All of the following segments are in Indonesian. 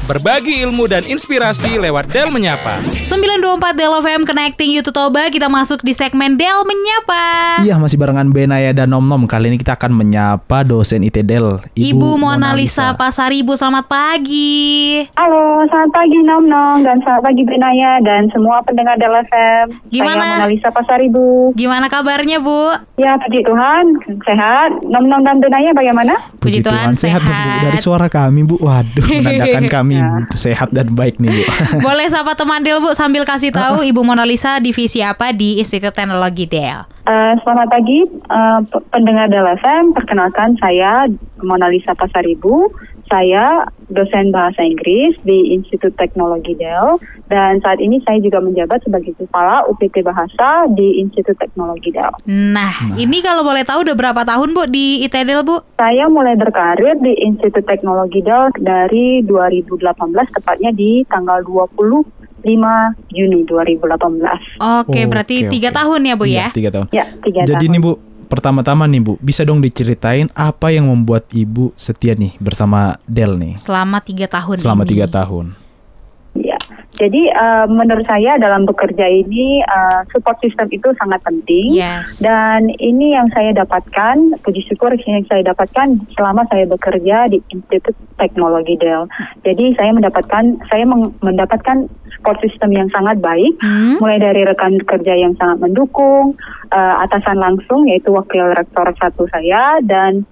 Berbagi ilmu dan inspirasi lewat Del Menyapa. 924 Del FM Connecting You to Toba. Kita masuk di segmen Del Menyapa. Iya, masih barengan Benaya dan Nom Nom. Kali ini kita akan menyapa dosen IT Del, Ibu Mona Lisa Pasaribu. Selamat pagi. Halo, selamat pagi Nom Nom dan selamat pagi Benaya dan semua pendengar Del FM. Gimana? Saya Mona Lisa Pasaribu. Gimana kabarnya, Bu? Ya, puji Tuhan, sehat. Nom Nom dan Benaya bagaimana? Puji Tuhan, sehat. Bu. Dari suara kami, Bu. Waduh, menandakan kami sehat dan baik nih, Bu. Boleh sapa teman Del, Bu, sambil kasih tahu Ibu Mona Lisa divisi apa di Institut Teknologi Del. Selamat pagi pendengar Del FM. Perkenalkan saya Mona Lisa Pasaribu. Saya dosen bahasa Inggris di Institut Teknologi Del dan saat ini saya juga menjabat sebagai kepala UPT Bahasa di Institut Teknologi Del. Nah, ini kalau boleh tahu udah berapa tahun, Bu, di IT Del, Bu? Saya mulai berkarir di Institut Teknologi Del dari 2018, tepatnya di tanggal 25 Juni 2018. Oke, berarti 3 tahun ya, Bu, ya? 3 tahun. Ya, 3 tahun. Jadi nih, Bu, pertama-tama nih, Bu, bisa dong diceritain apa yang membuat Ibu setia nih bersama Del nih? Selama 3 tahun Selama ini. 3 tahun. Ya, jadi menurut saya dalam bekerja ini support system itu sangat penting. Yes. Dan ini yang saya dapatkan, puji syukur yang saya dapatkan selama saya bekerja di Institut Teknologi Del. Jadi saya mendapatkan support system yang sangat baik, mulai dari rekan kerja yang sangat mendukung, atasan langsung yaitu wakil rektor 1 saya dan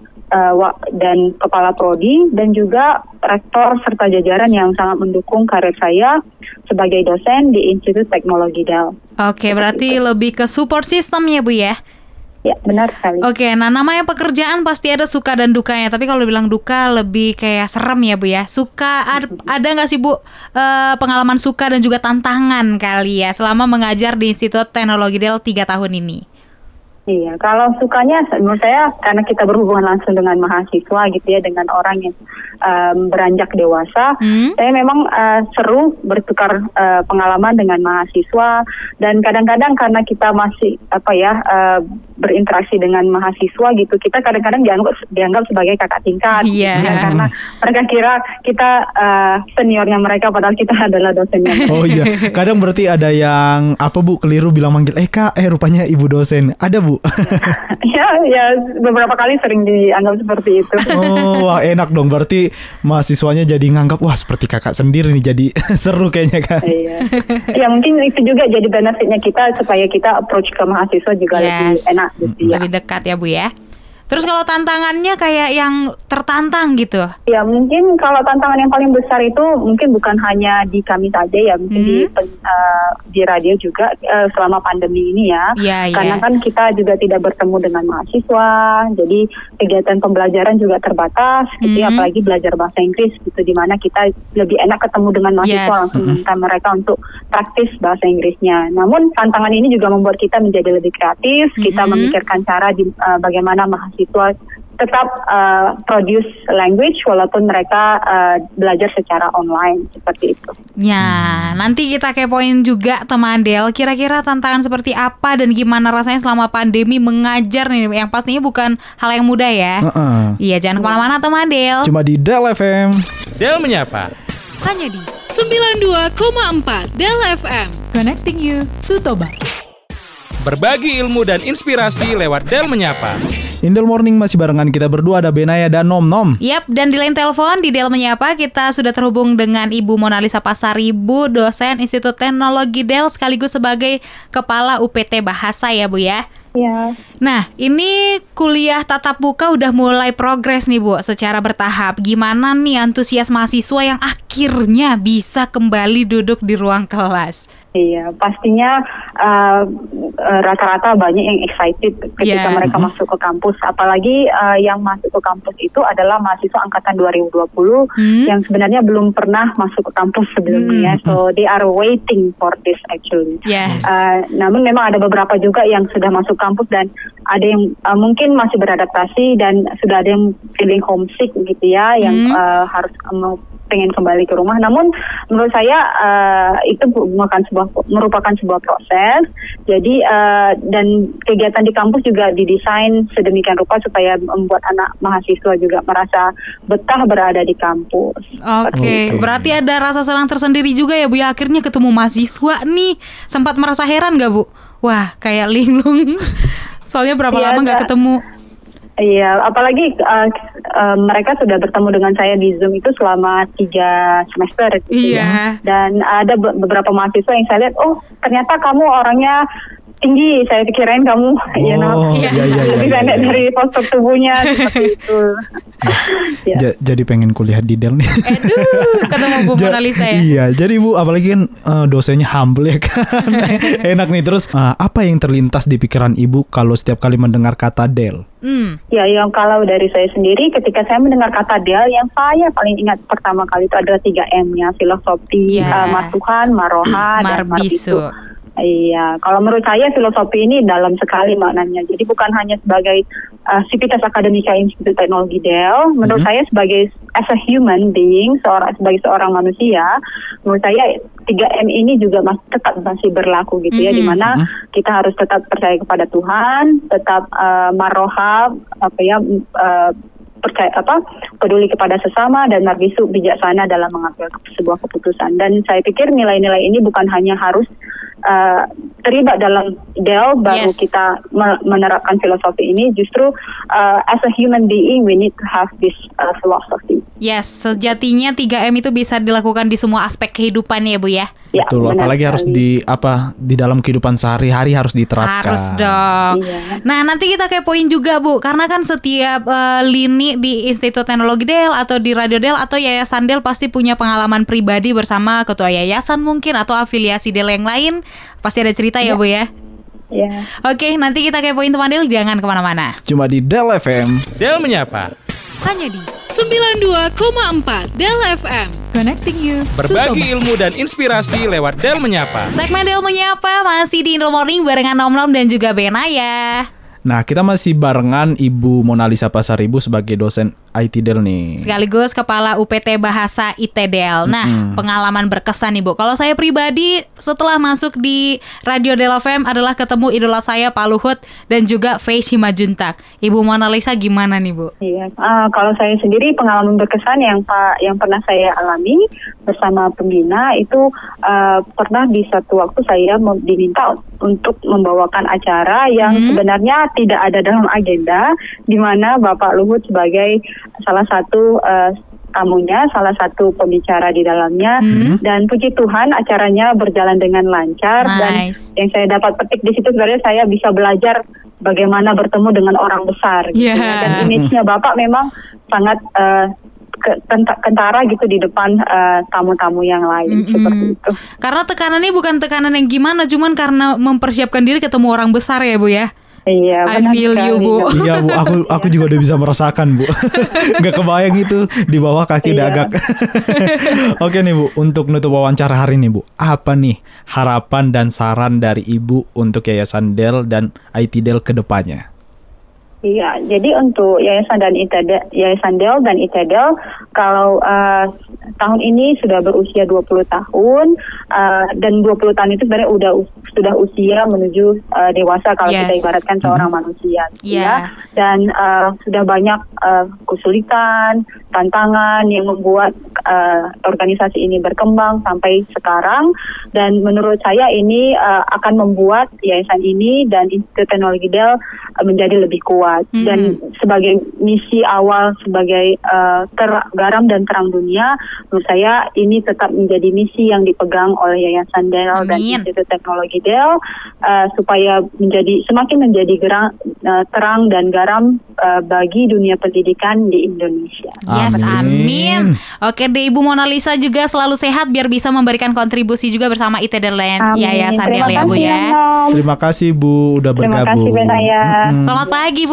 kepala prodi dan juga rektor serta jajaran yang sangat mendukung karir saya sebagai dosen di Institut Teknologi Del. Oke, berarti lebih ke support system ya, Bu, ya? Ya, benar sekali. Oke, nah namanya pekerjaan pasti ada suka dan dukanya. Tapi kalau bilang duka lebih kayak serem ya, Bu, ya? Suka, ada nggak sih, Bu, pengalaman suka dan juga tantangan kali ya selama mengajar di Institut Teknologi Del 3 tahun ini? Iya, kalau sukanya menurut saya karena kita berhubungan langsung dengan mahasiswa gitu ya, dengan orang yang beranjak dewasa, saya memang seru bertukar pengalaman dengan mahasiswa dan kadang-kadang karena kita masih berinteraksi dengan mahasiswa gitu, kita kadang-kadang dianggap sebagai kakak tingkat, karena mereka kira kita seniornya mereka padahal kita adalah dosennya. Oh iya, kadang berarti ada yang Bu, keliru bilang manggil Kak, rupanya Ibu dosen. Ada, Bu? ya beberapa kali sering dianggap seperti itu. Oh, wah, enak dong. Berarti mahasiswanya jadi nganggap wah seperti kakak sendiri nih, jadi seru kayaknya kan. Iya. Ya mungkin itu juga jadi benefitnya kita supaya kita approach ke mahasiswa juga lebih enak gitu ya. Lebih dekat ya, Bu, ya. Terus kalau tantangannya kayak yang tertantang gitu? Ya, mungkin kalau tantangan yang paling besar itu mungkin bukan hanya di kami saja ya, mungkin di radio juga selama pandemi ini ya. Karena kan kita juga tidak bertemu dengan mahasiswa, jadi kegiatan pembelajaran juga terbatas, gitu ya, apalagi belajar bahasa Inggris gitu, di mana kita lebih enak ketemu dengan mahasiswa, langsung minta mereka untuk praktis bahasa Inggrisnya. Namun tantangan ini juga membuat kita menjadi lebih kreatif, kita memikirkan cara bagaimana mahasiswa tetap produce language walaupun mereka belajar secara online seperti itu. Ya, nanti kita kepoin juga teman Del, kira-kira tantangan seperti apa dan gimana rasanya selama pandemi mengajar nih, yang pastinya bukan hal yang mudah ya. Iya, jangan kemana-mana teman Del. Cuma di Del FM. Del Menyapa. Hanya di 92,4 Del FM. Connecting you to Toba. Berbagi ilmu dan inspirasi lewat Del Menyapa. Indel Morning masih barengan kita berdua, ada Benaya dan Nom Nom. Yap, dan di line telepon di Del Menyapa kita sudah terhubung dengan Ibu Mona Lisa Pasaribu, dosen Institut Teknologi Del sekaligus sebagai Kepala UPT Bahasa ya, Bu, ya? Ya. Nah, ini kuliah tatap muka udah mulai progres nih, Bu, secara bertahap. Gimana nih antusias mahasiswa yang akhirnya bisa kembali duduk di ruang kelas? Iya, pastinya rata-rata banyak yang excited ketika mereka masuk ke kampus. Apalagi yang masuk ke kampus itu adalah mahasiswa angkatan 2020 yang sebenarnya belum pernah masuk ke kampus sebelumnya. So they are waiting for this actually. Yes. Namun memang ada beberapa juga yang sudah masuk kampus dan ada yang mungkin masih beradaptasi dan sudah ada yang feeling homesick gitu ya, yang harus pengen kembali ke rumah. Namun menurut saya itu merupakan sebuah proses. Jadi dan kegiatan di kampus juga didesain sedemikian rupa supaya membuat anak mahasiswa juga merasa betah berada di kampus. Oke. Berarti ada rasa senang tersendiri juga ya Bu ya, akhirnya ketemu mahasiswa nih. Sempat merasa heran gak Bu? Wah, kayak linglung. Soalnya berapa lama gak ketemu? Iya, apalagi mereka sudah bertemu dengan saya di Zoom itu selama 3 semester gitu ya. Dan ada beberapa mahasiswa yang saya lihat, oh ternyata kamu orangnya tinggi, saya pikirin kamu lebih pendek dari postur tubuhnya seperti itu. Jadi pengen kuliah di Del nih. Ketemu Bu Mona Lisa ya. Iya, jadi Bu apalagi kan dosennya humble ya kan. Enak nih. Terus apa yang terlintas di pikiran Ibu kalau setiap kali mendengar kata Del? Ya, yang kalau dari saya sendiri ketika saya mendengar kata Del, yang saya paling ingat pertama kali itu adalah 3M-nya, filosofi, Matuhan, Maroha, dan Marbisu. Iya, kalau menurut saya filosofi ini dalam sekali maknanya. Jadi bukan hanya sebagai Sivitas Akademika Institut Teknologi Del. Menurut saya sebagai as a human being, sebagai seorang manusia, menurut saya 3M ini juga masih berlaku gitu ya, di mana kita harus tetap percaya kepada Tuhan, tetap maroha, peduli kepada sesama, dan marbisu, bijaksana dalam mengambil sebuah keputusan. Dan saya pikir nilai-nilai ini bukan hanya harus terlibat dalam Del baru kita menerapkan filosofi ini. Justru as a human being we need to have this philosophy. Yes, sejatinya 3M itu bisa dilakukan di semua aspek kehidupan ya Bu ya. Ya, betul, apalagi harus di dalam kehidupan sehari-hari harus diterapkan. Harus dong. Iya. Nah, nanti kita kepoin juga Bu, karena kan setiap lini di Institut Teknologi Del atau di Radio Del atau Yayasan Del pasti punya pengalaman pribadi bersama ketua yayasan mungkin atau afiliasi Del yang lain. Pasti ada cerita ya Bu ya. Iya. Oke, nanti kita kepoin teman Del, jangan kemana-mana. Cuma di Del FM. Del Menyapa. Hanya di 92,4 Del FM. Connecting you. Berbagi ilmu dan inspirasi lewat Del Menyapa. Segmen Del Menyapa masih di Indro Morning barengan Om Nom dan juga Benaya. Nah, kita masih barengan Ibu Mona Lisa Pasaribu sebagai dosen IT Del nih. Sekaligus Kepala UPT Bahasa IT Del. Nah, pengalaman berkesan nih Bu. Kalau saya pribadi setelah masuk di Radio Del FM adalah ketemu idola saya Pak Luhut dan juga Faye Simajuntak. Ibu Mona Lisa gimana nih Bu? Iya, kalau saya sendiri pengalaman berkesan yang pernah saya alami bersama pembina itu pernah di satu waktu saya diminta untuk membawakan acara yang sebenarnya tidak ada dalam agenda, di mana Bapak Luhut sebagai salah satu tamunya, salah satu pembicara di dalamnya, dan puji Tuhan acaranya berjalan dengan lancar. Dan yang saya dapat petik di situ sebenarnya saya bisa belajar bagaimana bertemu dengan orang besar gitu. Dan image-nya Bapak memang sangat kentara gitu di depan tamu-tamu yang lain seperti itu. Karena tekanannya bukan tekanan yang gimana, cuman karena mempersiapkan diri ketemu orang besar ya Bu ya. Iya, I feel you Bu. Iya Bu, aku juga udah bisa merasakan Bu. Gak kebayang itu di bawah kaki udah agak. Oke nih Bu, untuk nutup wawancara hari ini Bu, apa nih harapan dan saran dari Ibu untuk Yayasan Del dan IT Del ke depannya? Iya, jadi untuk Yayasan Del dan IT Del, kalau tahun ini sudah berusia 20 tahun, dan 20 tahun itu sebenarnya sudah usia menuju dewasa kalau kita ibaratkan seorang manusia, ya. Dan sudah banyak kesulitan, tantangan yang membuat organisasi ini berkembang sampai sekarang, dan menurut saya ini akan membuat yayasan ini dan Institut Teknologi Del menjadi lebih kuat. Dan sebagai misi awal sebagai garam dan terang dunia, menurut saya ini tetap menjadi misi yang dipegang oleh Yayasan Del dan Institut Teknologi Del, supaya semakin menjadi terang dan garam bagi dunia pendidikan di Indonesia. Yes, amin. Oke deh, Ibu Mona Lisa juga selalu sehat biar bisa memberikan kontribusi juga bersama IT Del dan Yayasan Del ya Bu ya. Terima kasih Bu udah bergabung. Terima kasih Benaya. Selamat pagi Bu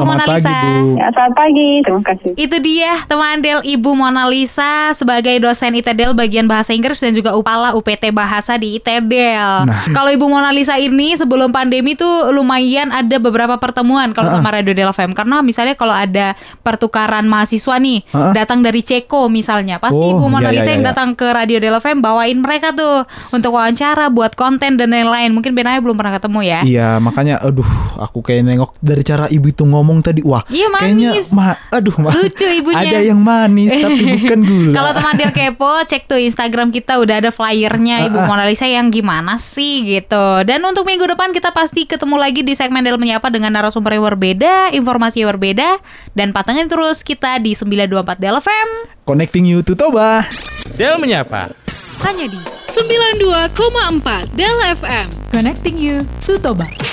Mona Lisa. Pagi, Bu. Ya, selamat pagi, terima kasih. Itu dia teman Del Ibu Mona Lisa sebagai dosen ITDL bagian bahasa Inggris dan juga kepala UPT Bahasa di ITDL. Kalau Ibu Mona Lisa ini sebelum pandemi tuh lumayan ada beberapa pertemuan kalau sama Radio Del FM. Karena misalnya kalau ada pertukaran mahasiswa nih datang dari Ceko misalnya, pasti Ibu Mona Lisa yang datang ke Radio Del FM bawain mereka tuh untuk wawancara, buat konten dan lain-lain. Mungkin Benaya belum pernah ketemu ya. Iya, makanya aku kayak nengok dari cara ibu itu ngomong tadi. Wah, iya, manis. Kayaknya lucu ibunya. Ada yang manis tapi bukan gula. Kalau teman Del kepo, cek tuh Instagram kita udah ada flyernya Ibu Mona Lisa yang gimana sih gitu. Dan untuk minggu depan kita pasti ketemu lagi di segmen Del Menyapa dengan narasumber yang berbeda, informasi yang berbeda, dan pantengin terus kita di 924 Del FM. Connecting you to Toba. Del Menyapa. Hanya di 92,4 Del FM. Connecting you to Toba.